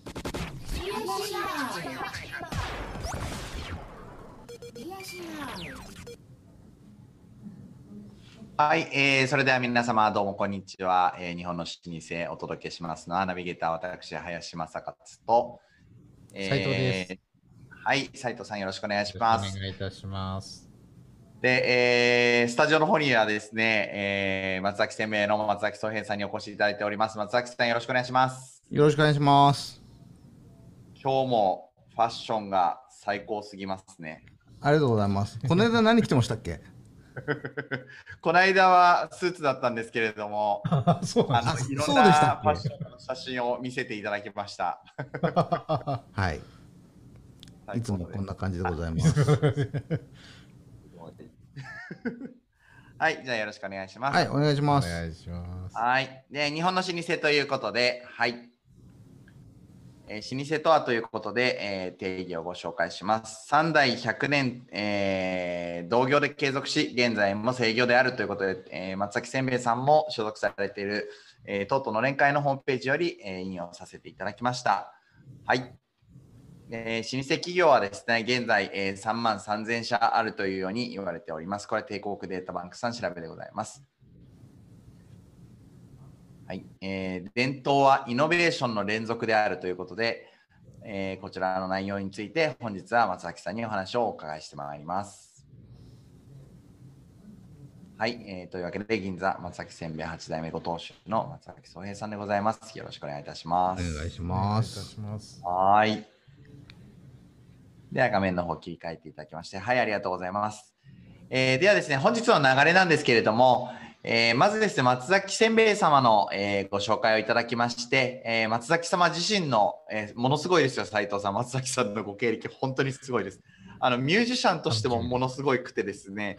はい、それでは皆様どうもこんにちは。日本の老舗お届けしますのはナビゲーター私林正勝と、 斉藤です。 はい、斉藤さんよろしくお願いしよろしくおます。 願いいたします。 で、スタジオの方にはですね、松崎製麺の松崎宗平さんにお越しいただいております。松崎さんよろしくお願いします。 よろしくお願いします。 今日もファッションが最高すぎますね。 ありがとうございます。この間何着てましたっけ？ この間はスーツだったんですけれども、 そうなんですいろんそうでしたっけなファッションの写真を見せていただきました。 はい。いつもこんな感じでございます。 はい、じゃあよろしくお願いします。 はい、お願いします。 お願いします。 はい。で、日本の老舗ということで、はい。老舗とはということで、定義をご紹介します。3代100年、同業で継続し、現在も制業であるということで、松崎せんべいさんも所属されている、トートの連会のホームページより、引用させていただきました。はい。老舗企業はですね、現在、3万3000社あるというように言われております。これは帝国データバンクさん調べでございます。はい。伝統はイノベーションの連続であるということで、こちらの内容について本日は松崎さんにお話をお伺いしてまいります。はい。というわけで、銀座松崎せんべい8代目ご当主の松崎宗平さんでございます。よろしくお願いいたします。 お願いします。 はい。では画面の方切り替えていただきまして、はい、ありがとうございます。ではですね、本日の流れなんですけれども、まずですね、松崎せんべい様の、ご紹介をいただきまして、松崎様自身の、ものすごいですよ、斉藤さん。松崎さんのご経歴、本当にすごいです。ミュージシャンとしてもものすごいくてですね、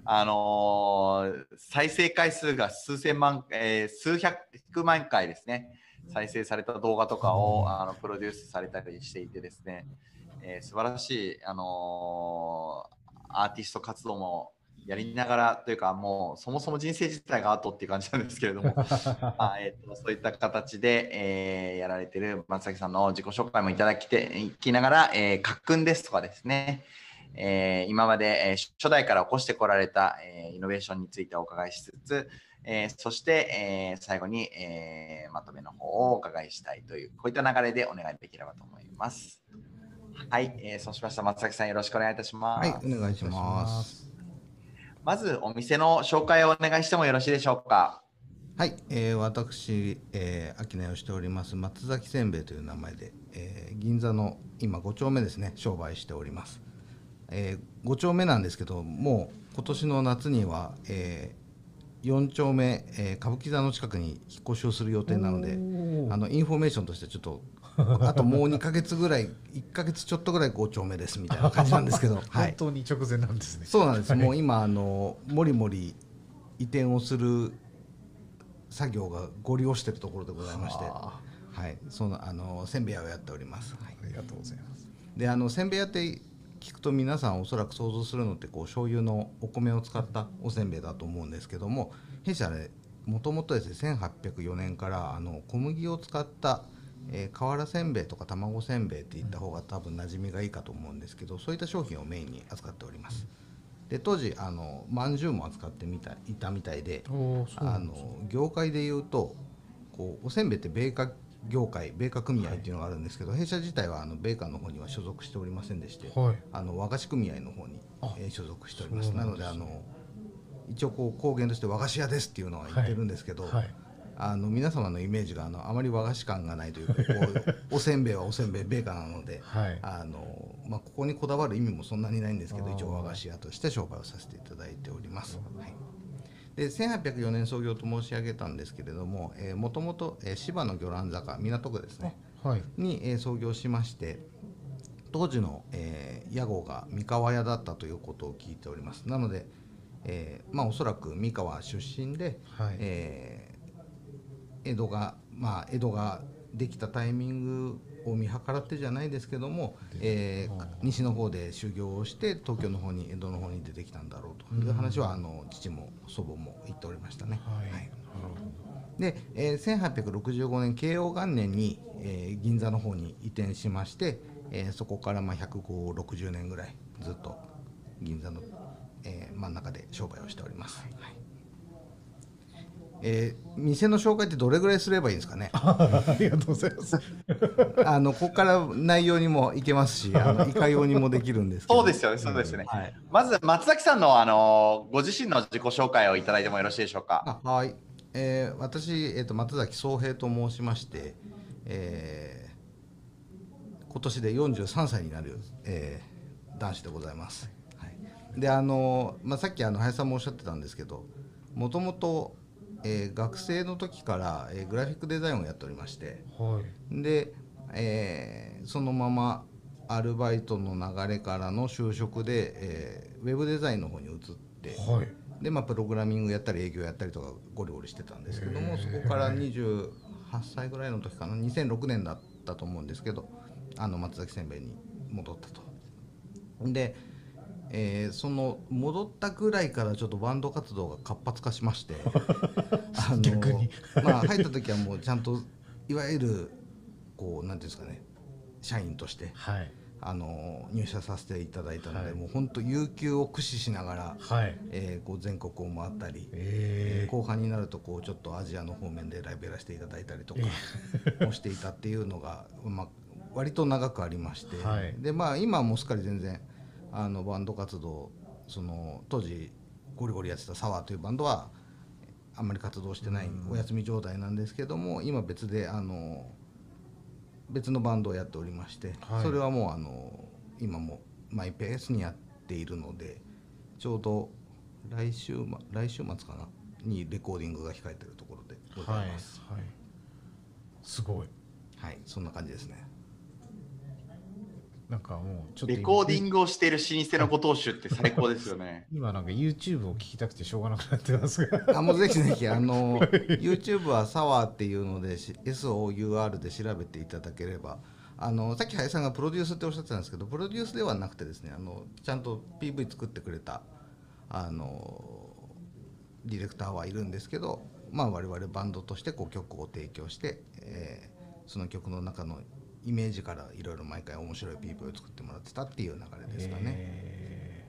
再生回数が数千万、数百万回ですね、再生された動画とかをプロデュースされたりしていてですね、素晴らしい、アーティスト活動もやりながらというか、もうそもそも人生自体がアートっていう感じなんですけれども、そういった形で、やられている松崎さんの自己紹介もいただきながら、家訓ですとかですね、今まで、初代から起こしてこられた、イノベーションについてお伺いしつつ、そして、最後に、まとめの方をお伺いしたいという、こういった流れでお願いできればと思います。はい、そうしました。松崎さんよろしくお願いいたします。 はい、お願いします。 まずお店の紹介をお願いしてもよろしいでしょうか。 はい、私、商いをしております松崎せんべいという名前で、銀座の今5丁目ですね、商売しております。5丁目なんですけど、もう今年の夏には、4丁目、歌舞伎座の近くに引っ越しをする予定なので、インフォメーションとしてちょっとあともう2ヶ月ぐらい、1ヶ月ちょっとぐらい5丁目ですみたいな感じなんですけど、 本当に直前なんですね。 そうなんです。もう今もりもり移転をする作業がご利用しているところでございまして、はい、そのせんべい屋をやっております。はい、 ありがとうございます。 で、せんべい屋って聞くと皆さんおそらく想像するのって醤油のお米を使ったおせんべいだと思うんですけども、弊社でもともとですね、1804年から小麦を使った瓦せんべいとか卵せんべいっていった方が多分馴染みがいいかと思うんですけど、そういった商品をメインに扱っております。で、当時まんじゅうも扱っていたみたいで、業界でいうとおせんべいって米菓業界、米菓組合っていうのがあるんですけど、弊社自体は米菓の方には所属しておりませんでして、和菓子組合の方に、所属しております。なので一応公言として和菓子屋ですっていうのは言ってるんですけど、皆様のイメージがあまり和菓子感がないというか、おせんべいはおせんべい米菓なので、ここにこだわる意味もそんなにないんですけど、一応和菓子屋として商売をさせていただいております。はい、で1804年創業と申し上げたんですけれども、もともと芝の魚籃坂港区ですね、に、創業しまして、当時の、屋号が三河屋だったということを聞いております。なので、おそらく三河出身で、江戸ができたタイミングを見計らってじゃないですけども、西の方で修行をして東京の方に江戸の方に出てきたんだろうという話は父も祖母も言っておりましたね。はい、で、1865年慶応元年に、銀座の方に移転しまして、そこから150、60年ぐらいずっと銀座の、真ん中で商売をしております。はい、店の紹介ってどれぐらいすればいいんですかね。 ありがとうございます。 ここから内容にもいけますし、いかようにもできるんですけど。 そうですよね、そうですね。 はい、 まず松崎さんの、ご自身の自己紹介をいただいてもよろしいでしょうか。 はい、私、松崎宗平と申しまして、今年で43歳になる、男子でございます。はい、でさっき林さんもおっしゃってたんですけど、もともと学生の時から、グラフィックデザインをやっておりまして、 はい、で、 そのままアルバイトの流れからの就職で、ウェブデザインの方に移って、はい、でプログラミングやったり営業やったりとかゴリゴリしてたんですけども、そこから28歳ぐらいの時かな、2006年だったと思うんですけど、松崎せんべいに戻ったと。でその戻ったぐらいからちょっとバンド活動が活発化しまして逆に入った時はもうちゃんといわゆるこうなんていうんですかね、社員として、はい、入社させていただいたので、はい、もう本当有給を駆使しながら、はい、こう全国を回ったり、後半になるとこうちょっとアジアの方面でライブやらせていただいたりとかもしていたっていうのが、割と長くありまして、はい、で今はもうすっかり全然バンド活動、その当時ゴリゴリやってたサワーというバンドはあんまり活動してないお休み状態なんですけども、今別で別のバンドをやっておりまして、はい、それはもう今もマイペースにやっているので、ちょうど来週末かなにレコーディングが控えているところでございます。はいはい、 すごい。 はい、そんな感じですね。 なんかもうちょっとレコーディングをしている老舗のご当主って最高ですよね。 今なんか YouTube を聞きたくてしょうがなくなってますがもうぜひぜひYouTube はサワーっていうので SOUR で調べていただければ、さっき林さんがプロデュースっておっしゃってたんですけど、プロデュースではなくてですね、ちゃんと PV 作ってくれたディレクターはいるんですけど、我々バンドとしてこう曲を提供して、その曲の中のイメージからいろいろ毎回面白い PV を作ってもらってたっていう流れですかね。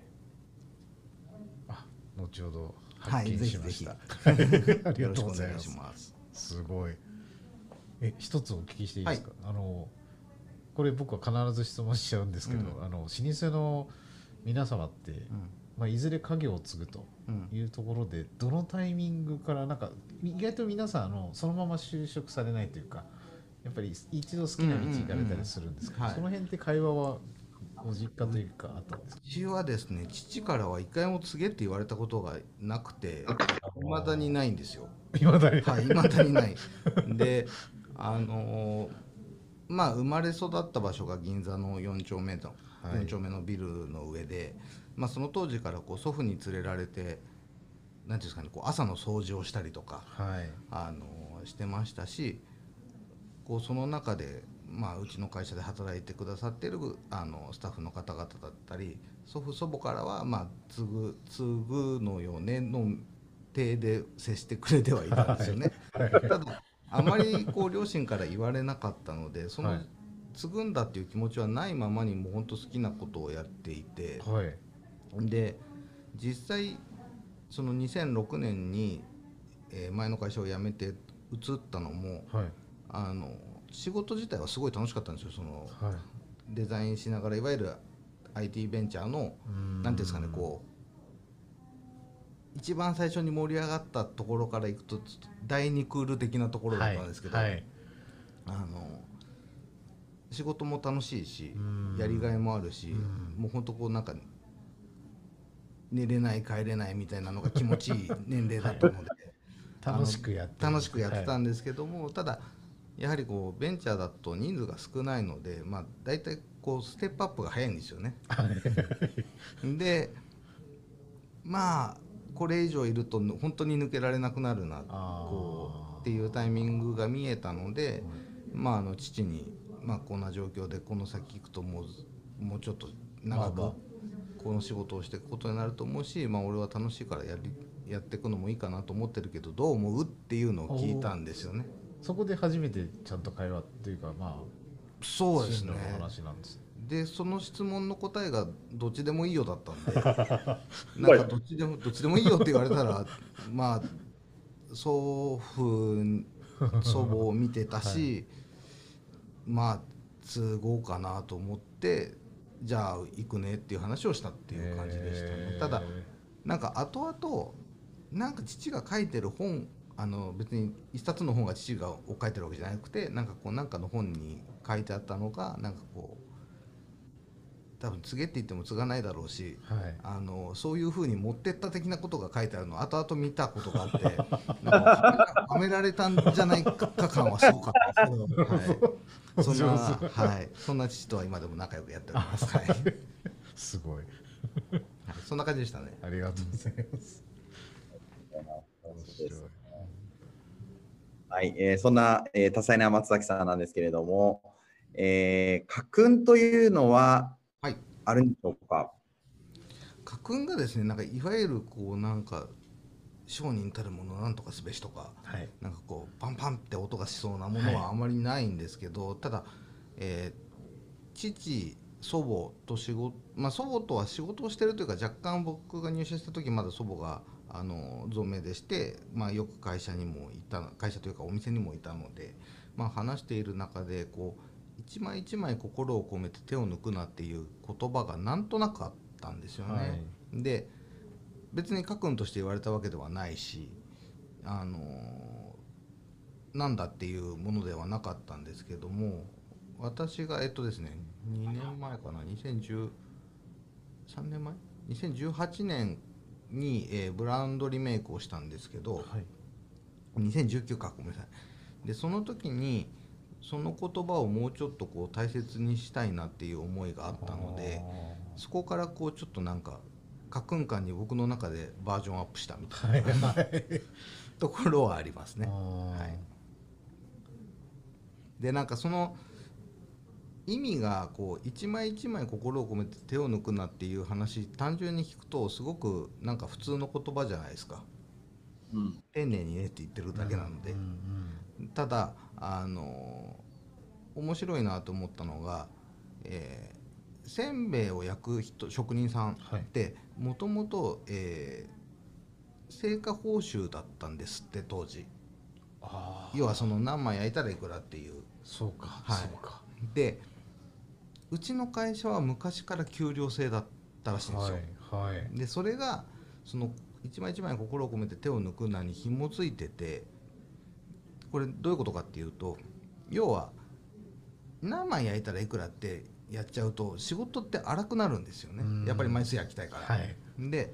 後ほど発見しました。 はい、ぜひぜひありがとうございます。 すごい。一つお聞きしていいですか。はい、これ僕は必ず質問しちゃうんですけど、老舗の皆様って、いずれ家業を継ぐというところで、どのタイミングからなんか意外と皆さんそのまま就職されないというか、やっぱり一度好きな道行かれたりするんですけど、その辺って会話はご実家というかあったんですか。 うちはですね、父からは一回も継げって言われたことがなくて、未だにないんですよ。 未だに、 はい、未だにない。で、生まれ育った場所が銀座の4丁目のビルの上で、その当時からこう祖父に連れられて、なんていうんですかね、こう朝の掃除をしたりとか、してましたし、こうその中で、うちの会社で働いてくださっているスタッフの方々だったり、祖父祖母からは継ぐのよねの体で接してくれてはいたんですよね。ただあまりこう両親から言われなかったので、その継ぐんだっていう気持ちはないままにもう本当好きなことをやっていて、で実際その2006年に、前の会社を辞めて移ったのも、仕事自体はすごい楽しかったんですよ。デザインしながらいわゆる IT ベンチャーのなんていうんですかね、こう一番最初に盛り上がったところからいくと第2クール的なところだったんですけど、仕事も楽しいしやりがいもあるし、もう本当こうなんか寝れない帰れないみたいなのが気持ちいい年齢だったので楽しくやってたんですけども、ただやはりこうベンチャーだと人数が少ないので、だいたいこうステップアップが早いんですよね。でこれ以上いると本当に抜けられなくなるなっていうタイミングが見えたので、父にこんな状況でこの先行くともうちょっと長くこの仕事をしていくことになると思うし、俺は楽しいからやっていくのもいいかなと思ってるけどどう思うっていうのを聞いたんですよね。 そこで初めてちゃんと会話っていうかそうですね。 進路の話なんです。 でその質問の答えがどっちでもいいよだったんでなんかどっちでもいいよって言われたら祖父祖母を見てたし、都合かなと思ってじゃあ行くねっていう話をしたっていう感じでしたね。ただなんか後々なんか父が書いてる本別に一冊の本が父が書いてるわけじゃなくてなんかの本に書いてあったのが多分告げって言っても継がないだろうし、そういうふうに持ってった的なことが書いてあるのを後々見たことがあってなんかはめられたんじゃないか感はすごかったですけど、そんな父とは今でも仲良くやっております。 すごい、 そんな感じでしたね。 ありがとうございます。 はい、そんな、多彩な松崎さんなんですけれども、家訓というのはあるんでしょうか。 家訓がですね、なんかいわゆるなんか商人たるものなんとかすべしとか、なんかパンパンって音がしそうなものはあまりないんですけど、ただ、父祖母と仕事、祖母とは仕事をしてるというか若干僕が入社した時まだ祖母が存命でして、よく会社というかお店にもいたので、話している中で一枚一枚心を込めて手を抜くなっていう言葉がなんとなくあったんですよね。で別に家訓として言われたわけではないしなんだっていうものではなかったんですけども、私がですね2年前かな3年前2018年に、ブランドリメイクをしたんですけど、2019かごめんなさい。でその時にその言葉をもうちょっと大切にしたいなっていう思いがあったので、そこからちょっとなんか家訓感に僕の中でバージョンアップしたみたいな、ところはありますね。でなんかその意味が一枚一枚心を込めて手を抜くなっていう話単純に聞くとすごくなんか普通の言葉じゃないですか。丁寧にねって言ってるだけなので、ただ面白いなと思ったのが、せんべいを焼く職人さんってもともと成果報酬だったんですって当時。要はその何枚焼いたらいくらっていう。 そうか。 でうちの会社は昔から給料制だったらしいんですよ。でそれがその一枚一枚心を込めて手を抜くなに紐づいてて、これどういうことかっていうと、要は何枚焼いたらいくらってやっちゃうと仕事って荒くなるんですよね。やっぱり枚数焼きたいから。で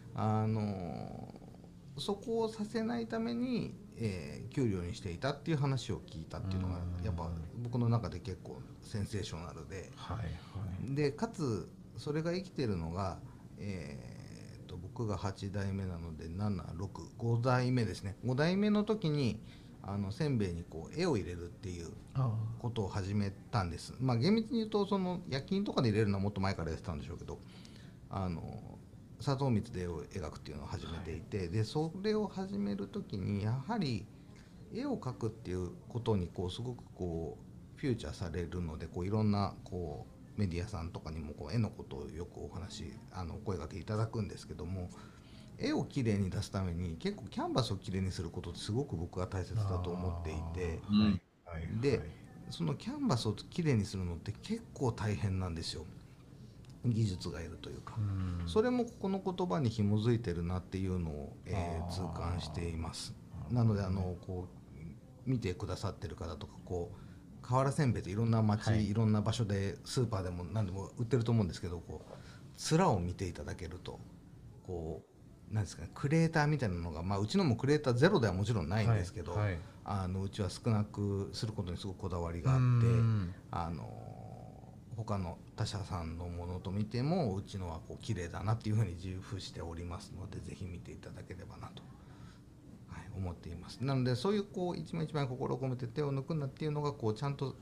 そこをさせないために、給料にしていたっていう話を聞いたっていうのがやっぱ僕の中で結構センセーショナルで、でかつそれが生きてるのが、僕が8代目なので5代目ですね。5代目の時にせんべいに絵を入れるっていうことを始めたんです。厳密に言うとその焼き印とかで入れるのはもっと前からやってたんでしょうけど、砂糖蜜で絵を描くっていうのを始めていて、でそれを始める時にやはり絵を描くっていうことにすごくフューチャーされるので、いろんなメディアさんとかにも絵のことをよくお声掛けいただくんですけども、絵をきれいに出すために結構キャンバスをきれいにすることってすごく僕は大切だと思っていて、でそのキャンバスをきれいにするのって結構大変なんですよ。技術がいるというか、それもここの言葉に紐づいてるなっていうのを、痛感しています。なので見てくださってる方とか瓦せんべいっていろんな町、いろんな場所でスーパーでも何でも売ってると思うんですけど、面を見ていただけるとなんですかね、クレーターみたいなのが、うちのもクレーターゼロではもちろんないんですけど、うちは少なくすることにすごくこだわりがあって、他の他社さんのものと見てもうちのは綺麗だなっていうふうに自負しておりますので、ぜひ見ていただければなと、思っています。なのでそういう一枚一枚心を込めて手を抜くんだっていうのがちゃんと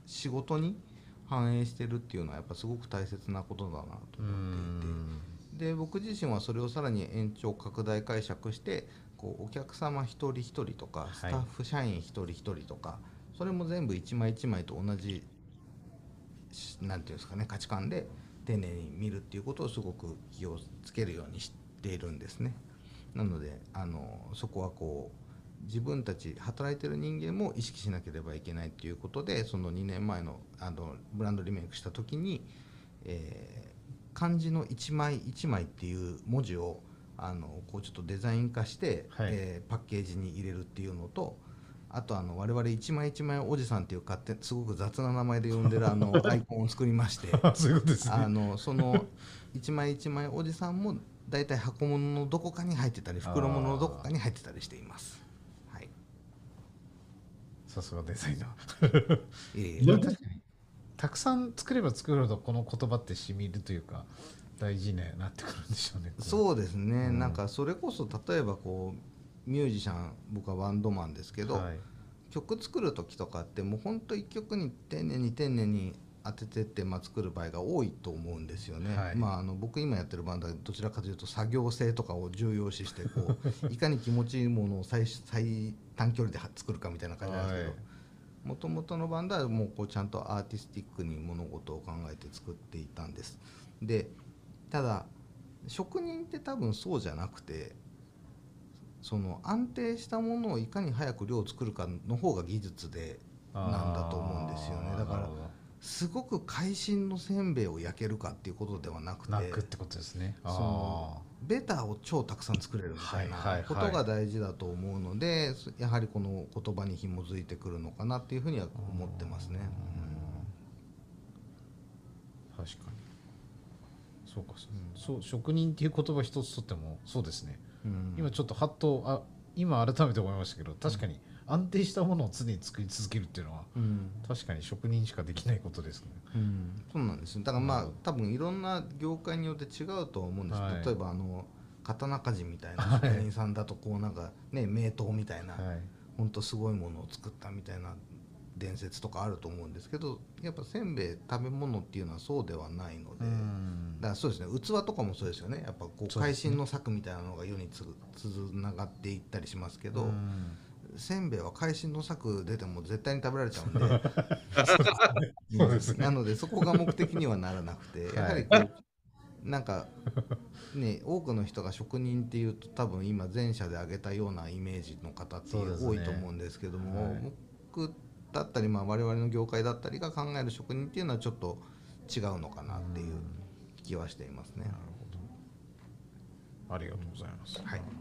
仕事に反映してるっていうのはやっぱすごく大切なことだなと思っていて、で僕自身はそれをさらに延長拡大解釈してこうお客様一人一人とかスタッフ社員一人一人とか、それも全部一枚一枚と同じなんていうんですかね、価値観で丁寧に見るっていうことをすごく気をつけるようにしているんですね。なのでそこはこう自分たち働いてる人間も意識しなければいけないっていうことで、その2年前のブランドリメイクした時に、漢字の一枚一枚っていう文字をこうちょっとデザイン化して、パッケージに入れるっていうのと、あと我々一枚一枚おじさんっていうすごく雑な名前で呼んでるアイコンを作りましてそういうことですね。 その一枚一枚おじさんもだいたい箱物のどこかに入ってたり袋物のどこかに入ってたりしています。はい、 さすがデザイナー。たくさん作れば作るほどこの言葉ってしみるというか大事になってくるんでしょうね。 そうですね、なんかそれこそ例えばこうミュージシャン、僕はバンドマンですけど、曲作る時とかってもうほんと一曲に丁寧に丁寧に当ててって、作る場合が多いと思うんですよね。僕今やってるバンドはどちらかというと作業性とかを重要視してこういかに気持ちいいものを最短距離で作るかみたいな感じなんですけど、もともとのバンドはもうこうちゃんとアーティスティックに物事を考えて作っていたんです。でただ職人って多分そうじゃなくて、その安定したものをいかに早く量を作るかの方が技術でなんだと思うんですよね。だからすごく会心のせんべいを焼けるかっていうことではなくて、 ってことですね。 そのベタを超たくさん作れるみたいなことが大事だと思うので、やはりこの言葉に紐づいてくるのかなっていうふうには思ってますね。 確かにそうか、そう職人っていう言葉一つとってもそうですね。今ちょっとハッと今改めて思いましたけど、確かに安定したものを常に作り続けるっていうのは、確かに職人しかできないことですね。 そうなんですよ。だから多分いろんな業界によって違うとは思うんですけど、例えば刀鍛冶みたいな職人さんだとこうなんかね、名刀みたいな、ほんとすごいものを作ったみたいな伝説とかあると思うんですけど、やっぱせんべい食べ物っていうのはそうではないので、だからそうですね、器とかもそうですよね。やっぱこう会心の作みたいなのが世につながっていったりしますけど、せんべいは会心の作出ても絶対に食べられちゃうんでなのでそこが目的にはならなくて、やはりこうなんかね、多くの人が職人っていうと多分今前者で挙げたようなイメージの方って多いと思うんですけども、僕だったり我々の業界だったりが考える職人っていうのはちょっと違うのかなっていう気はしていますね。 なるほど、ありがとうございます。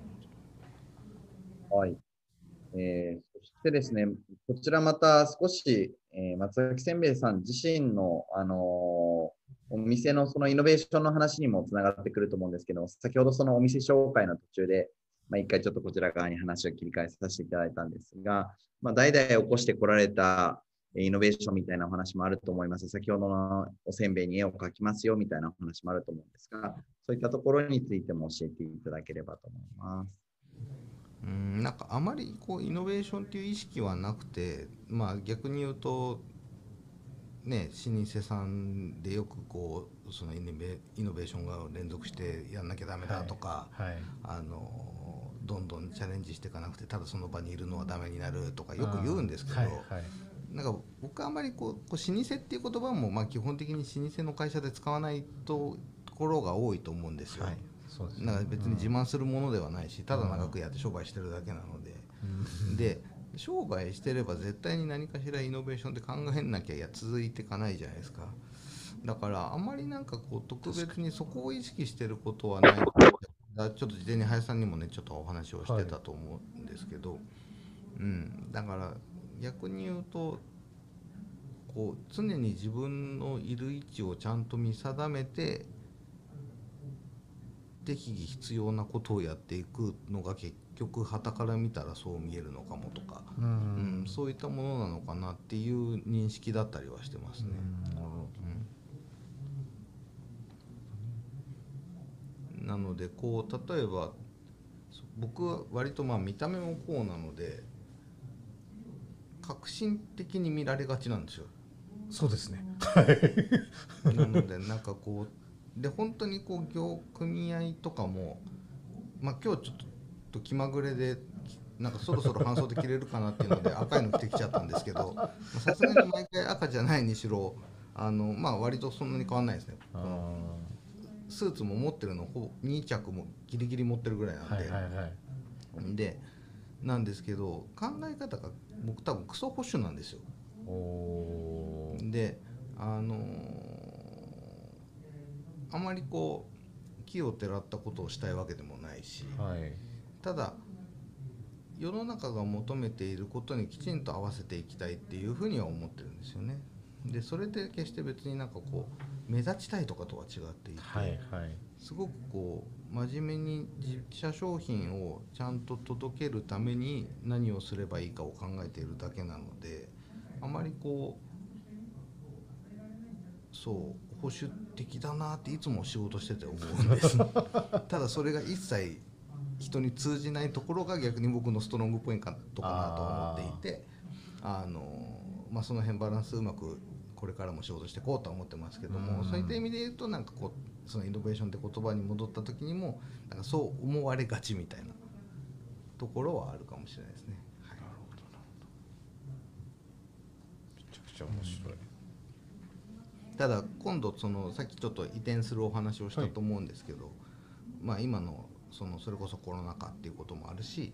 はい。そしてですね、こちらまた少し、松崎せんべいさん自身の、お店のそのイノベーションの話にもつながってくると思うんですけど、先ほどそのお店紹介の途中で、一回ちょっとこちら側に話を切り替えさせていただいたんですが、代々起こしてこられたイノベーションみたいなお話もあると思います。先ほどのおせんべいに絵を描きますよみたいなお話もあると思うんですが、そういったところについても教えていただければと思います。 なんかあまりこうイノベーションっていう意識はなくて、逆に言うとね、老舗さんでよくこうそのイノベーションが連続してやんなきゃダメだとか、どんどんチャレンジしていかなくてただその場にいるのはダメになるとかよく言うんですけど、なんか僕はあんまりこう老舗っていう言葉も基本的に老舗の会社で使わないところが多いと思うんですよ。なんか別に自慢するものではないし、ただ長くやって商売してるだけなので、で商売してれば絶対に何かしらイノベーションで考えなきゃ続いていかないじゃないですか。だからあんまりなんかこう特別にそこを意識してることはない。ちょっと事前に林さんにもねちょっとお話をしてたと思うんですけど、だから逆に言うとこう常に自分のいる位置をちゃんと見定めて適宜必要なことをやっていくのが結局傍から見たらそう見えるのかもとか、そういったものなのかなっていう認識だったりはしてますね。なのでこう例えば僕は割と見た目もこうなので革新的に見られがちなんですよ。 そうですね。 なのでなんかこうで本当にこう業組合とかも、まあ、今日ちょっと気まぐれでなんかそろそろ半袖着れるかなっていうので赤いの着てきちゃったんですけど、さすがに毎回赤じゃないにしろまあ割とそんなに変わんないですね。このスーツも持ってるの2着もギリギリ持ってるぐらいなんで、 はいはいはい、 でなんですけど考え方が僕多分クソ保守なんですよ。であまりこう奇をてらったことをしたいわけでもないし、 はい、 ただ世の中が求めていることにきちんと合わせていきたいっていうふうには思ってるんですよね。でそれで決して別になんかこう目立ちたいとかとは違っていて、 はいはい、 すごくこう真面目に自社商品をちゃんと届けるために何をすればいいかを考えているだけなので、あまりこうそう保守的だなっていつも仕事してて思うんですただそれが一切人に通じないところが逆に僕のストロングポイントかなと思っていて、まあ、その辺バランスうまくこれからも仕事していこうとは思ってますけども、そういった意味で言うとなんかこうそのイノベーションって言葉に戻った時にもなんかそう思われがちみたいなところはあるかもしれないですね。はい、 なるほどなるほど、めちゃくちゃ面白い。 ただ今度そのさっきちょっと移転するお話をしたと思うんですけど、はい、まあ今のそれこそコロナ禍っていうこともあるし、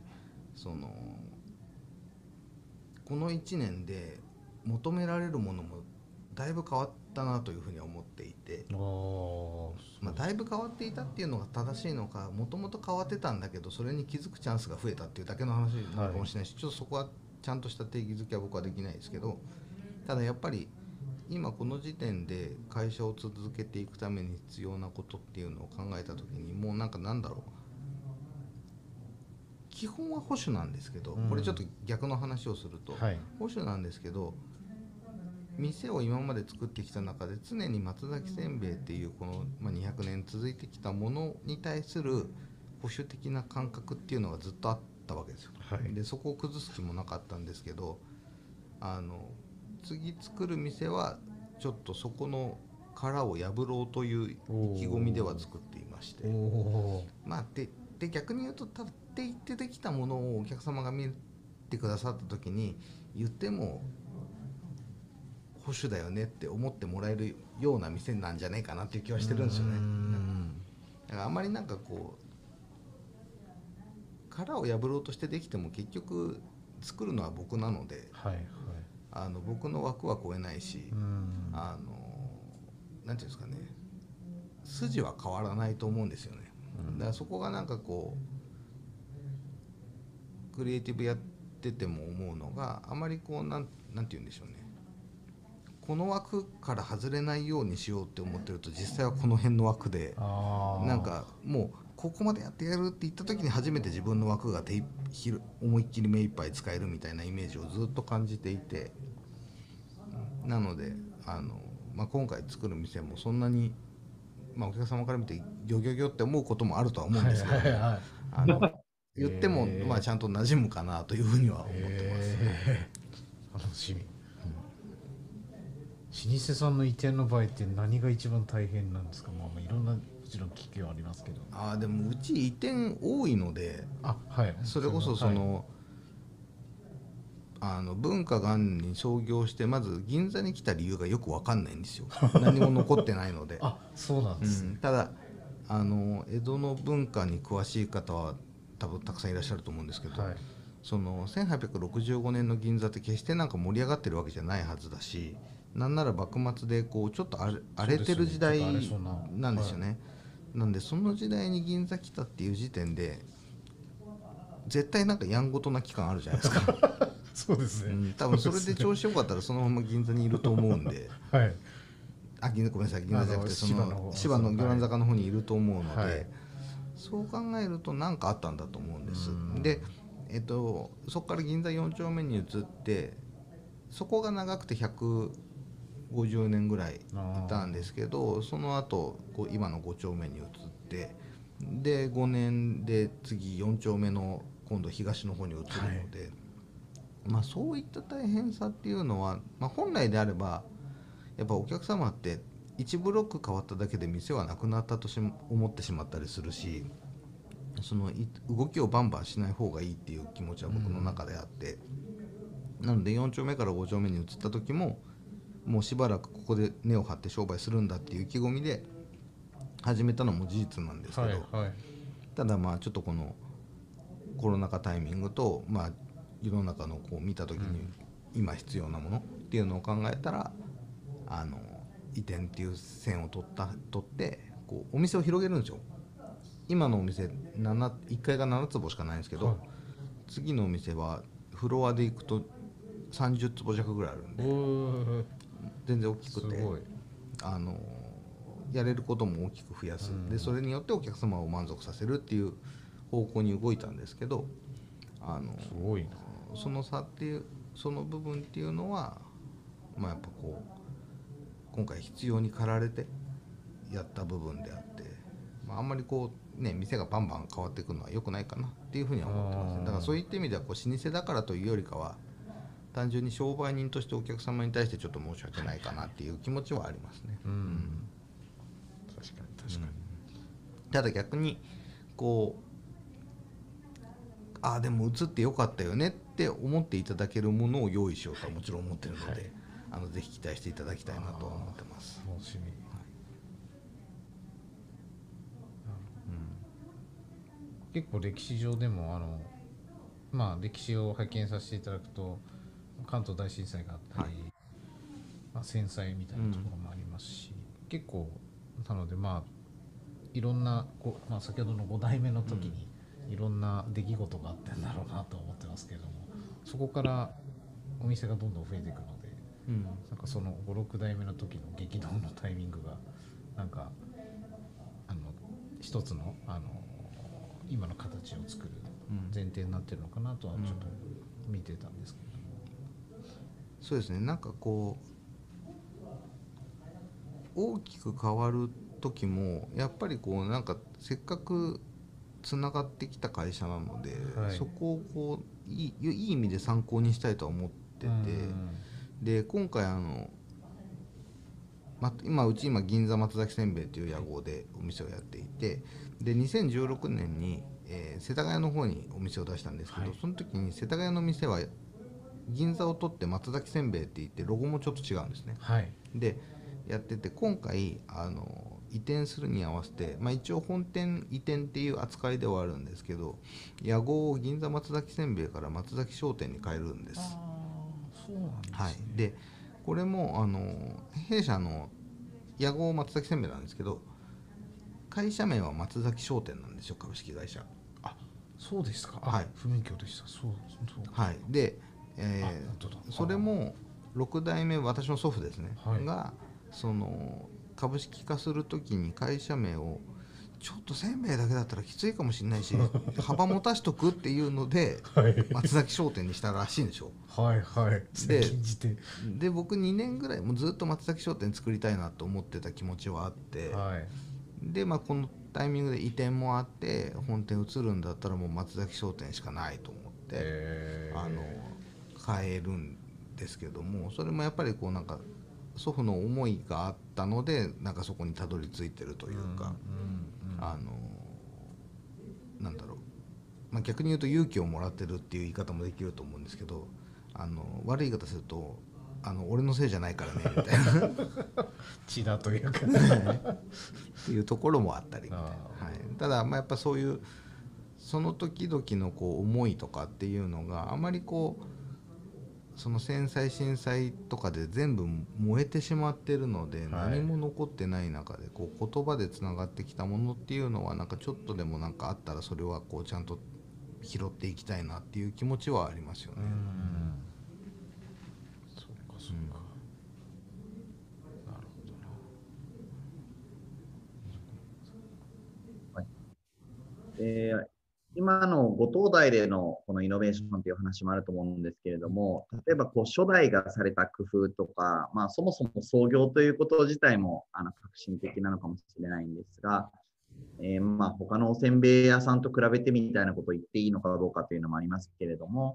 この1年で求められるものもだいぶ変わったなというふうには思っていて、まあ、だいぶ変わっていたっていうのが正しいのか、もともと変わってたんだけどそれに気づくチャンスが増えたっていうだけの話なのかもしれないし、ちょっとそこはちゃんとした定義づけは僕はできないですけど、ただやっぱり今この時点で会社を続けていくために必要なことっていうのを考えた時にもうなんだろう、基本は保守なんですけど、これちょっと逆の話をすると、保守なんですけど店を今まで作ってきた中で常に松崎せんべいっていうこの200年続いてきたものに対する保守的な感覚っていうのがずっとあったわけですよ。でそこを崩す気もなかったんですけど、次作る店はちょっとそこの殻を破ろうという意気込みでは作っていまして、まあで逆に言うと多分って言ってできたものをお客様が見てくださった時に言っても保守だよねって思ってもらえるような店なんじゃないかなっていう気はしてるんですよね。だからあんまりなんかこう殻を破ろうとしてできても結局作るのは僕なので、僕の枠は超えないし、なんていうんですかね、筋は変わらないと思うんですよね。だからそこがなんかこうクリエイティブやってても思うのが、あまりこうなんて言うんでしょうね、この枠から外れないようにしようって思ってると実際はこの辺の枠でなんかもうここまでやってやるって言った時に初めて自分の枠が思いっきり目いっぱい使えるみたいなイメージをずっと感じていて、なので今回作る店もそんなに、お客様から見てギョギョギョって思うこともあるとは思うんですけど、言ってもちゃんと馴染むかなというふうには思ってます。 楽しみ。老舗さんの移転の場合って何が一番大変なんですか？いろんなもちろん機器はありますけど。 でもうち移転多いので、それこそ文化元年に創業してまず銀座に来た理由がよく分かんないんですよ。何も残ってないので。 そうなんですね。 ただ江戸の文化に詳しい方は多分たくさんいらっしゃると思うんですけど、その1865年の銀座って決してなんか盛り上がってるわけじゃないはずだし、なんなら幕末でこうちょっと荒れてる時代なんですよね。なんでその時代に銀座来たっていう時点で絶対なんかやんごとな期間あるじゃないですか。 そうですね、 多分それで調子よかったらそのまま銀座にいると思うんで、ごめんなさい、銀座じゃなくてその芝の魚籃坂の方にいると思うので、そう考えると何かあったんだと思うんです。で、そこから銀座4丁目に移って、そこが長くて150年ぐらいいたんですけど、その後今の5丁目に移って、で5年で次4丁目の今度東の方に移るので、そういった大変さっていうのは、本来であればやっぱお客様って1ブロック変わっただけで店はなくなったと思ってしまったりするし、その動きをバンバンしない方がいいっていう気持ちは僕の中であって、なので4丁目から5丁目に移った時ももうしばらくここで根を張って商売するんだっていう意気込みで始めたのも事実なんですけど、ただまあちょっとこのコロナ禍タイミングと、まあ、世の中のこう見た時に今必要なものっていうのを考えたら、移転っていう線を取ってこうお店を広げるんですよ。今のお店1階が7坪しかないんですけど、次のお店はフロアで行くと30坪弱ぐらいあるんで全然大きくて、やれることも大きく増やす、でそれによってお客様を満足させるっていう方向に動いたんですけど、 すごいな。 その差っていうその部分っていうのは、まあ、やっぱこう今回必要に駆られてやった部分であって、まあ、あんまりこうね店がバンバン変わっていくのは良くないかなっていうふうには思ってますね。だからそういった意味ではこう老舗だからというよりかは単純に商売人としてお客様に対してちょっと申し訳ないかなっていう気持ちはありますね。 確かに。 ただ逆にこうでも移ってよかったよねって思っていただけるものを用意しようとはもちろん思ってるので、ぜひ期待していただきたいなとは思ってます。 楽しみ。結構歴史上でもまあ歴史を拝見させていただくと関東大震災があったり、まあ、戦災みたいなところもありますし、結構なのでまあいろんなまあ、先ほどの5代目の時にいろんな出来事があってんだろうなと思ってますけども、そこからお店がどんどん増えていくので、なんかその5、6代目の時の激動のタイミングがなんか一つの今の形を作る前提になってるのかなとはちょっと見てたんですけども、 そうですね。なんかこう大きく変わる時もやっぱりこうなんかせっかくつながってきた会社なので、そこをこういい意味で参考にしたいとは思ってて、で今回今銀座松崎せんべいという屋号でお店をやっていて、で2016年に、世田谷の方にお店を出したんですけど、その時に世田谷の店は銀座を取って松崎せんべいって言ってロゴもちょっと違うんですね。でやってて、今回移転するに合わせて、まあ、一応本店移転っていう扱いではあるんですけど、屋号を銀座松崎せんべいから松崎商店に変えるんです。 そうなんですね。 でこれも弊社の屋号松崎せんべいなんですけど、会社名は松崎商店なんですよ、株式会社。 そうですか。不免許でした。そう。 で、それも6代目、私の祖父ですね、がその株式化するときに会社名をちょっとせんべいだけだったらきついかもしれないし幅持たしとくっていうので松崎商店にしたらしいんですよ。で僕2年ぐらいもうずっと松崎商店作りたいなと思ってた気持ちはあって、でまあこのタイミングで移転もあって本店移るんだったらもう松崎商店しかないと思って変えるんですけども、それもやっぱりこうなんか祖父の思いがあったのでなんかそこにたどり着いてるというか、なんだろう、まあ、逆に言うと勇気をもらってるっていう言い方もできると思うんですけど、悪い言い方すると俺のせいじゃないからねみたいな血だというかっていうところもあったりみたいな、ただまあやっぱそういうその時々のこう思いとかっていうのがあまりこうその戦災震災とかで全部燃えてしまってるので、何も残ってない中でこう言葉でつながってきたものっていうのはなんかちょっとでもなんかあったらそれはこうちゃんと拾っていきたいなっていう気持ちはありますよね。 そうか。なるほどな。今のご東大でのこのイノベーションという話もあると思うんですけれども、例えばこう初代がされた工夫とか、まあ、そもそも創業ということ自体も革新的なのかもしれないんですが、まあ他のおせんべい屋さんと比べてみたいなことを言っていいのかどうかというのもありますけれども、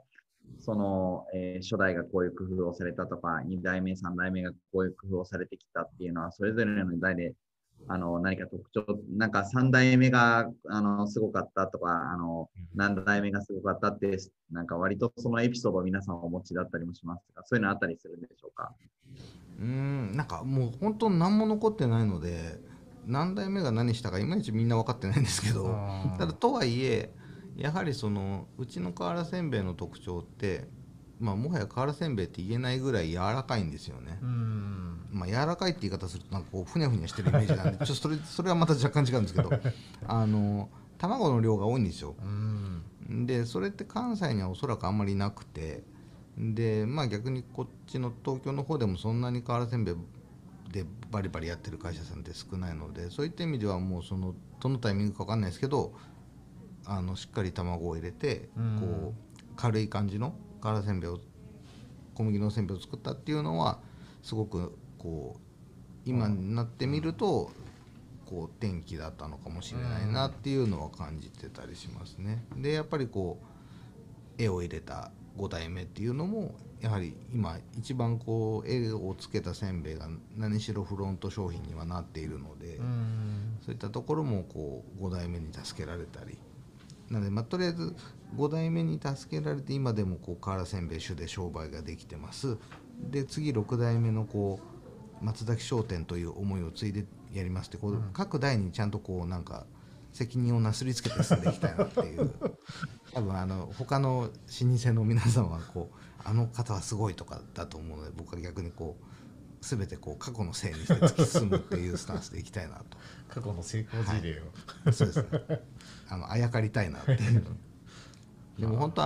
その、初代がこういう工夫をされたとか、2代目、3代目がこういう工夫をされてきたっていうのは、それぞれの代で何か特徴、なんか3代目がすごかったとか、何代目がすごかったって、なんか割とそのエピソードを皆さんお持ちだったりもしますが、そういうのあったりするんでしょうか？ なんかもう本当何も残ってないので、何代目が何したかいまいちみんな分かってないんですけど、ただとはいえやはりそのうちの瓦せんべいの特徴って、もはや瓦せんべいって言えないぐらい柔らかいんですよね。柔らかいって言い方するとなんかこうふにゃふにゃしてるイメージなんでそれはまた若干違うんですけど卵の量が多いんですよ。でそれって関西にはおそらくあんまりなくて、で逆にこっちの東京の方でもそんなに瓦せんべいでバリバリやってる会社さんって少ないので、そういった意味ではもうどのタイミングか分かんないですけど、しっかり卵を入れてこう軽い感じの瓦せんべいを、小麦のせんべいを作ったっていうのはすごくこう今になってみるとこう転機だったのかもしれないなっていうのは感じてたりしますね。でやっぱりこう絵を入れた5代目っていうのもやはり今一番こう絵をつけたせんべいが何しろフロント商品にはなっているので、そういったところもこう5代目に助けられたりなので、とりあえず5代目に助けられて今でもこう瓦せんべい種で商売ができてます。で次6代目のこう松崎商店という思いを継いでやりますってこう、各代にちゃんとこうなんか責任をなすりつけて進んでいきたいなっていう多分他の老舗の皆さんはこうあの方はすごいとかだと思うので、僕は逆にこう全てこう過去のせいにして突き進むっていうスタンスでいきたいなと過去の成功事例を、 そうですねあやかりたいなっていうでも本当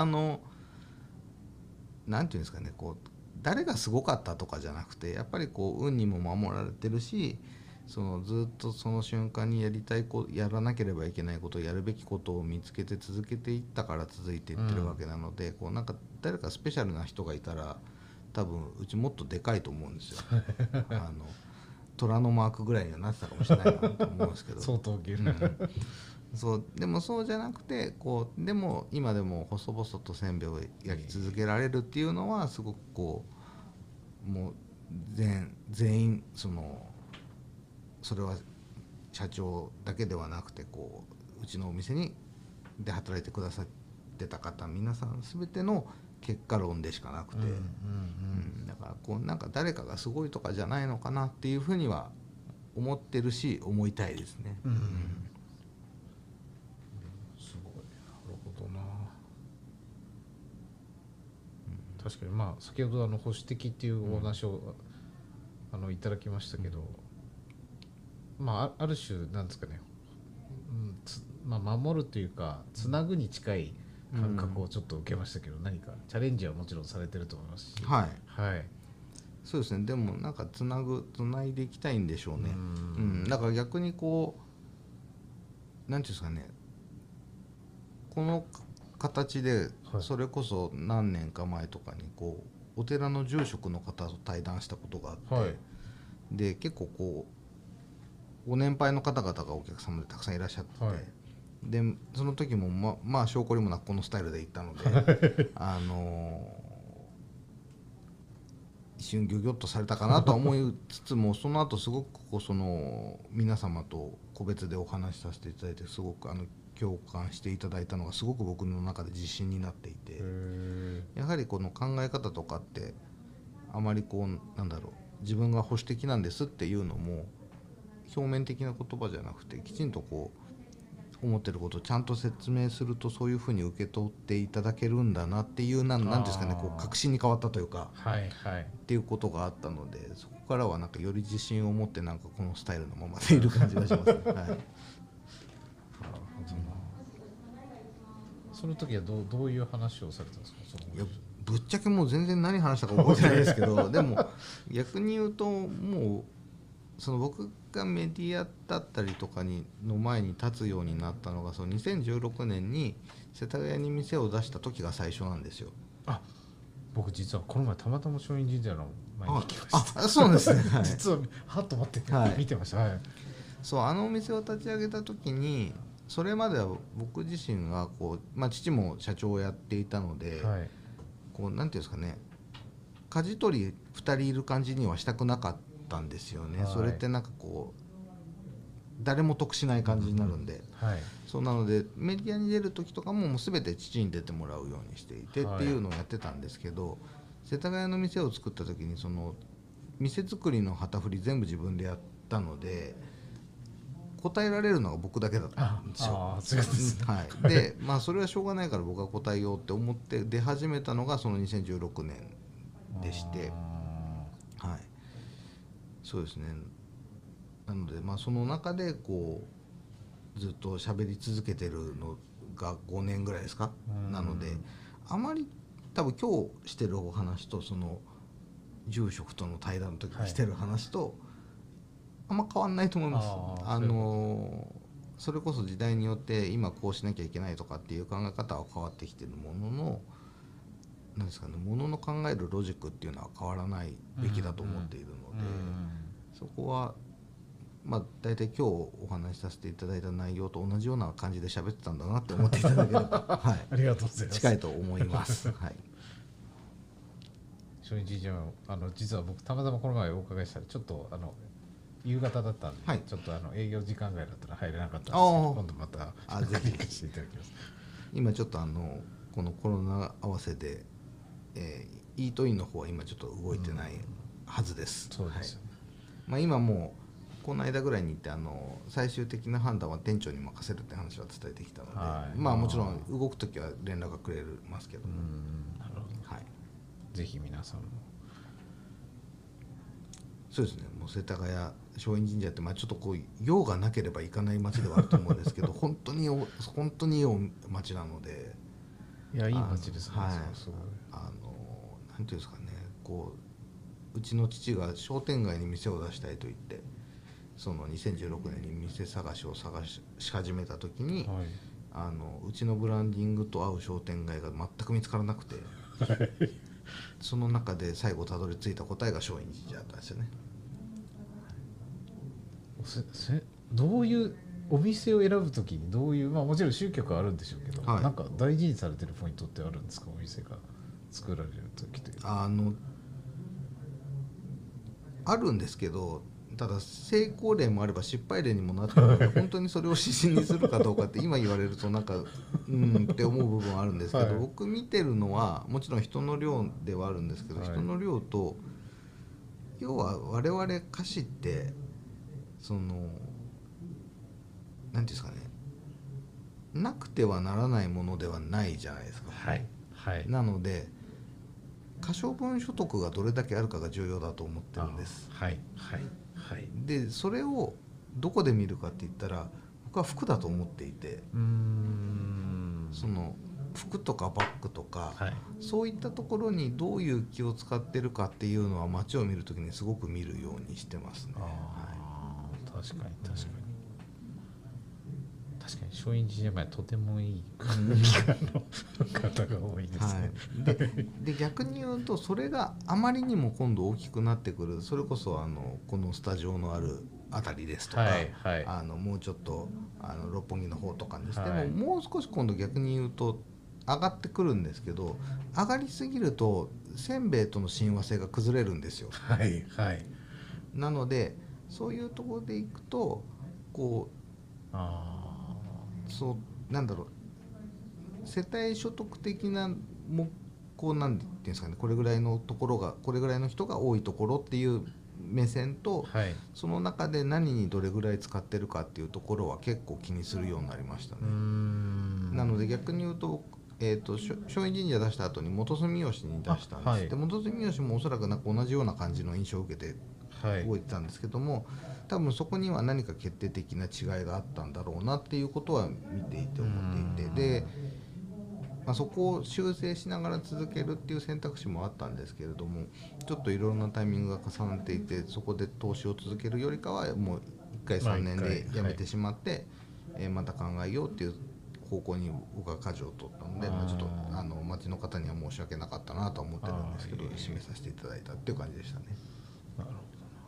なんていうんですかね、こう誰がすごかったとかじゃなくて、やっぱりこう運にも守られてるし、ずっとその瞬間にやらなければいけないこと、やるべきことを見つけて続けていったから続いていってるわけなので、こうなんか誰かスペシャルな人がいたら多分うちもっとでかいと思うんですよ虎のマークぐらいにはなってたかもしれないなと思うんですけど相当ゲル、 そうでもそうじゃなくてこうでも今でも細々とせんべいを焼き続けられるっていうのはすごくこうもう全員それは社長だけではなくてこうちのお店で働いてくださってた方皆さん全ての結果論でしかなくて、だからこうなんか誰かがすごいとかじゃないのかなっていうふうには思ってるし思いたいですね。 すごい、なるほどな。確かに先ほど保守的っていうお話を、いただきましたけど、ある種なんですかね、守るというかつなぐに近い感覚をちょっと受けましたけど、何かチャレンジはもちろんされてると思いますし、 そうですね。でもなんかつないでいきたいんでしょうね。だから逆にこうなんていうんですかね、この形でそれこそ何年か前とかにこうお寺の住職の方と対談したことがあって、で結構こうご年配の方々がお客様でたくさんいらっしゃって、でその時も証拠りもなくこのスタイルで行ったので一瞬ギョギョッとされたかなとは思いつつもその後すごく皆様と個別でお話しさせていただいてすごく共感していただいたのがすごく僕の中で自信になっていて、やはりこの考え方とかってあまりこうなんだろう、自分が保守的なんですっていうのも表面的な言葉じゃなくてきちんとこう思ってることをちゃんと説明するとそういうふうに受け取っていただけるんだなっていうなんですかね、こう確信に変わったというか、っていうことがあったので、そこからはなんかより自信を持ってなんかこのスタイルのままでいる感じがしますね。 その時はどういう話をされたんですか？ いやぶっちゃけもう全然何話したか覚えてないですけどでも逆に言うともう僕がメディアだったりとかの前に立つようになったのが2016年に世田谷に店を出した時が最初なんですよ。 僕実はこの前たまたま松陰神社の前に行きました。 そうなんですね。 実ははっと待って見てました。 そうお店を立ち上げた時にそれまでは僕自身がこう、父も社長をやっていたので、 こうなんていうんですかね、舵取り2人いる感じにはしたくなかったんですよね、 はい、 それってなんかこう誰も得しない感じになるんで、 はい、 そうなのでメディアに出る時とかももう全て父に出てもらうようにしていてっていうのをやってたんですけど、世田谷の店を作った時にその店作りの旗振り全部自分でやったので答えられるのが僕だけだったんですよ。 そうですね、 はい、でまあそれはしょうがないから僕が答えようって思って出始めたのがその2016年でして、はい、そうですね。なのでまあその中でこうずっと喋り続けてるのが5年ぐらいですか。なのであまり多分今日してるお話とその住職との対談の時にしてる話とあんま変わんないと思います。それこそ時代によって今こうしなきゃいけないとかっていう考え方は変わってきてるものの、なんですかね、ものの考えるロジックっていうのは変わらないべきだと思っているので、そこはまあ大体今日お話しさせていただいた内容と同じような感じで喋ってたんだなって思っていただければ、はい、 ありがとうございます。 近いと思います。はい。 松陰神社実は僕たまたまこの前お伺いしたらちょっと夕方だったんで、はい、ちょっと営業時間外だったら入れなかったんですけど、今度またぜひ行かせていただきます。 今ちょっとこのコロナ合わせで、イートインの方は今ちょっと動いてないはずです。 そうですよね。 まあ、今もうこの間ぐらいに行って最終的な判断は店長に任せるって話は伝えてきたので、はい、まあもちろん動くときは連絡がくれますけど、 なるほど、 はい、 ぜひ皆さんもそうですね、もう世田谷松陰神社ってまあちょっとこう用がなければ行かない町ではあると思うんですけど本当にいい町なので、 いやいい町ですね。 はい、なんていうんですかね、こううちの父が商店街に店を出したいと言ってその2016年に店探しをし始めた時に、はい、うちのブランディングと合う商店街が全く見つからなくてその中で最後たどり着いた答えが松陰神社だったんですよね。 どういうお店を選ぶときにどういう、まあ、もちろん集客はあるんでしょうけど、はい、なんか大事にされてるポイントってあるんですか、お店が作られるときというか。 あるんですけど、ただ成功例もあれば失敗例にもなってるので本当にそれを指針にするかどうかって今言われるとなんかって思う部分はあるんですけど、はい、僕見てるのはもちろん人の量ではあるんですけど、はい、人の量と要は我々歌手ってそのなんていうんですかね、なくてはならないものではないじゃないですか、 はいはい、 なので可処分所得がどれだけあるかが重要だと思ってるんです。 はいはいはい。 でそれをどこで見るかって言ったら僕は服だと思っていて、その服とかバッグとか、はい、そういったところにどういう気を使ってるかっていうのは街を見るときにすごく見るようにしてますね。はい、 確かに確かに、確かに松陰神社前とてもいい方が多いですね。 はい、で逆に言うとそれがあまりにも今度大きくなってくる、それこそこのスタジオのあるあたりですとか、はいはい、もうちょっと六本木の方とかにしても、はい、もう少し今度逆に言うと上がってくるんですけど、上がりすぎるとせんべいとの親和性が崩れるんですよ。 はいはい、 なのでそういうところでいくとこうそうなんだろう、世帯所得的なこうなんていうんですかね、これぐらいのところがこれぐらいの人が多いところっていう目線と、はい、その中で何にどれぐらい使ってるかっていうところは結構気にするようになりましたね。なので逆に言うと松陰神社出した後に元住吉に出したんです、はい、で元住吉もおそらくなんか同じような感じの印象を受けて動いてたんですけども、はい、多分そこには何か決定的な違いがあったんだろうなっていうことは見ていて思っていて、で、まあ、そこを修正しながら続けるっていう選択肢もあったんですけれども、ちょっといろんなタイミングが重なっていてそこで投資を続けるよりかはもう1回3年でやめてしまって、また考えようっていう方向に僕は舵を取ったので、まあ、ちょっと町の方には申し訳なかったなとは思ってるんですけど、締めさせていただいたっていう感じでしたね。 なるほ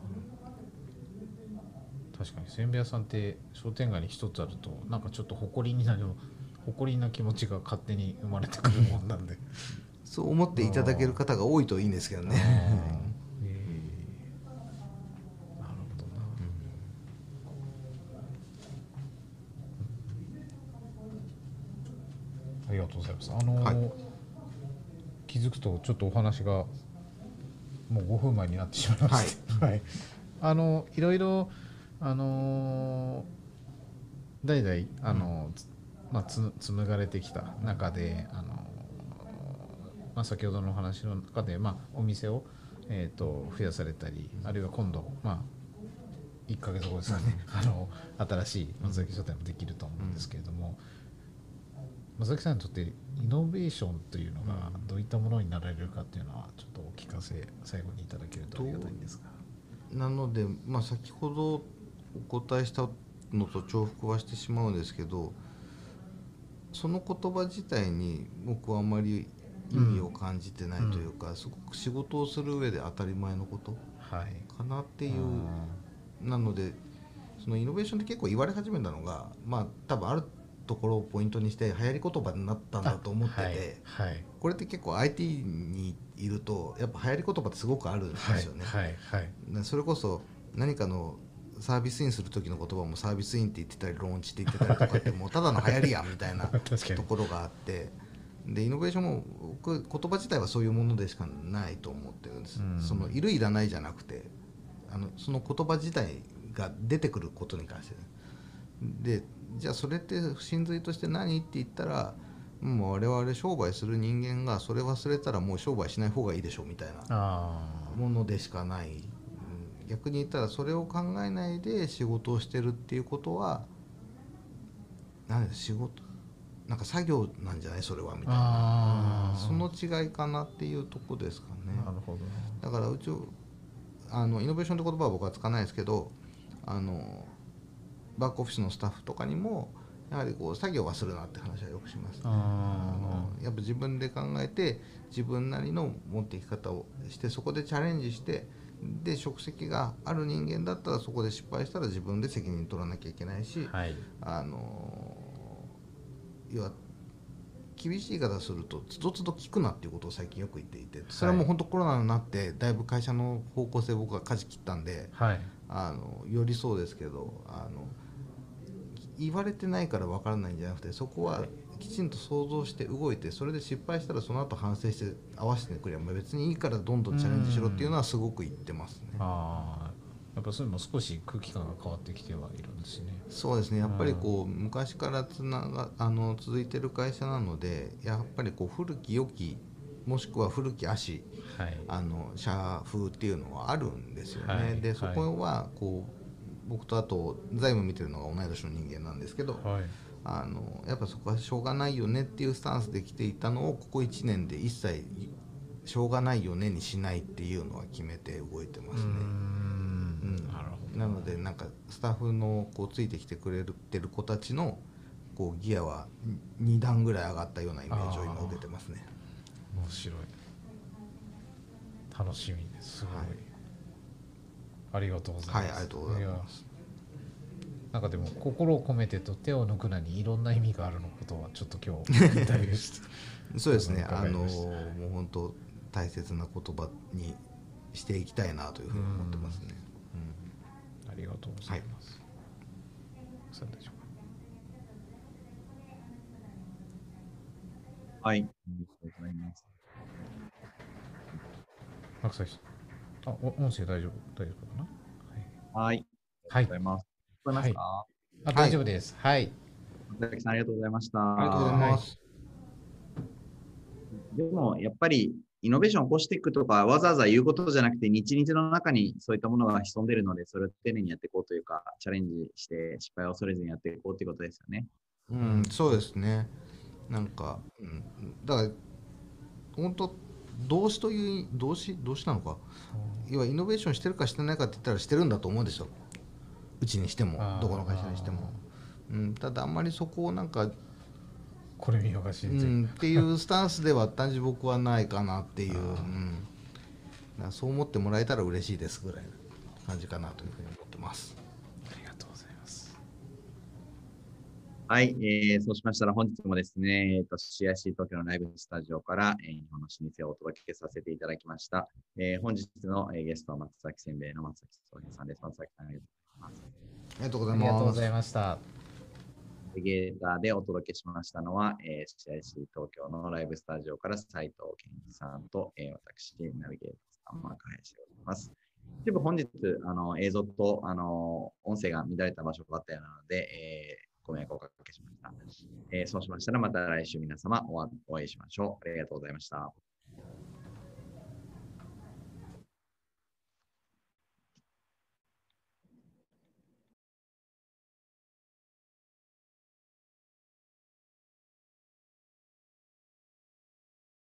ど。確かにせんべい屋さんって商店街に一つあるとなんかちょっと誇りな気持ちが勝手に生まれてくるもんなんでそう思っていただける方が多いといいんですけどね。 なるほどな。ありがとうございます。 はい気づくとちょっとお話がもう5分前になってしまいまして、はい、いろいろ代々紡がれてきた中で先ほどのお話の中で、お店を、増やされたり、あるいは今度、1ヶ月後ですかね、新しい松崎書店もできると思うんですけれども、松崎さんにとってイノベーションというのがどういったものになられるかっていうのはちょっとお聞かせ最後にいただけるとありがたいんですが。 なので、先ほどお答えしたのと重複はしてしまうんですけど、その言葉自体に僕はあまり意味を感じてないというか、すごく仕事をする上で当たり前のことかなっていう、なのでそのイノベーションって結構言われ始めたのが、多分あるところをポイントにして流行り言葉になったんだと思ってて、これって結構 IT にいるとやっぱ流行り言葉ってすごくあるんですよね。それこそ何かのサービスインする時の言葉もサービスインって言ってたりローンチって言ってたりとかってもうただの流行りやんみたいなところがあって、でイノベーションも僕言葉自体はそういうものでしかないと思ってるんです。そのいるいらないじゃなくて、その言葉自体が出てくることに関して、でじゃあそれって真髄として何って言ったら、もう我々商売する人間がそれ忘れたらもう商売しない方がいいでしょみたいなものでしかない。逆に言ったらそれを考えないで仕事をしてるっていうことは仕事なんか作業なんじゃないそれはみたいな、その違いかなっていうとこですかね。 なるほど。 だからイノベーションって言葉は僕は使わないですけど、バックオフィスのスタッフとかにもやはりこう作業はするなって話はよくします、ね。やっぱ自分で考えて自分なりの持っていき方をしてそこでチャレンジして、で職責がある人間だったらそこで失敗したら自分で責任取らなきゃいけないし、要は厳しい言い方するとつどつど聞くなっていうことを最近よく言っていて、それはもう本当コロナになってだいぶ会社の方向性僕が舵切ったんで、よりそうですけど言われてないから分からないんじゃなくて、そこはきちんと想像して動いて、それで失敗したらその後反省して合わせてくれば別にいいからどんどんチャレンジしろっていうのはすごく言ってますね。 やっぱそれも少し空気感が変わってきてはいるんですね。 そうですね、やっぱりこう昔から続いてる会社なので、やっぱりこう古き良きもしくは古き足、社風っていうのはあるんですよね。でそこはこう僕とあと財務見てるのが同い年の人間なんですけど、やっぱそこはしょうがないよねっていうスタンスで来ていたのをここ1年で一切しょうがないよねにしないっていうのは決めて動いてますね。なのでなんかスタッフのこうついてきてくれてる子たちのこうギアは2段ぐらい上がったようなイメージを今受けてますね。 面白い、楽しみです。すごい、ありがとうございます。 ありがとうございます。 なんかでも心を込めてと手を抜くなにいろんな意味があるのことはちょっと今日インタビューしてそうですね、もう本当大切な言葉にしていきたいなというふうに思ってますね。 ありがとうございます。そうでしょうか。 はい、ありがとうございます。 白菜さん、音声大丈夫かな。 はい、ありがとうございます。聞こえますか？ 大丈夫です。はい。 松崎さん、ありがとうございました。 ありがとうございます。 でも、やっぱり、イノベーションを起こしていくとか、わざわざ言うことじゃなくて、日々の中にそういったものが潜んでいるので、それを丁寧にやっていこうというか、チャレンジして失敗を恐れずにやっていこうということですよね。 そうですね。なんか、だから、本当、動詞なのか。要は、イノベーションしてるかしてないかって言ったらしてるんだと思うんですよ。うちにしても、どこの会社にしても。ただ、あんまりそこをなんか、 これ見よがしっていうスタンスでは単純僕はないかなっていう、そう思ってもらえたら嬉しいですぐらいの感じかなというふうに思ってます。 ありがとうございます。 はい、そうしましたら本日もですね、CIC 東京のライブスタジオから、日本の老舗をお届けさせていただきました。本日の、ゲストは松崎せんべいの松崎壮平さんです。松崎さん、ありがとうございます。 ありがとうござあいます。 りがとうございました。 ナビゲーターでお届けしましたのは、CIC 東京のライブスタジオから斉藤健一さんと、私、ナビゲーターさん、若林でございます。一部本日、映像と、音声が乱れた場所があったようなので、ご迷惑をおかけしました。そうしましたら、また来週皆様お会いしましょう。ありがとうございました。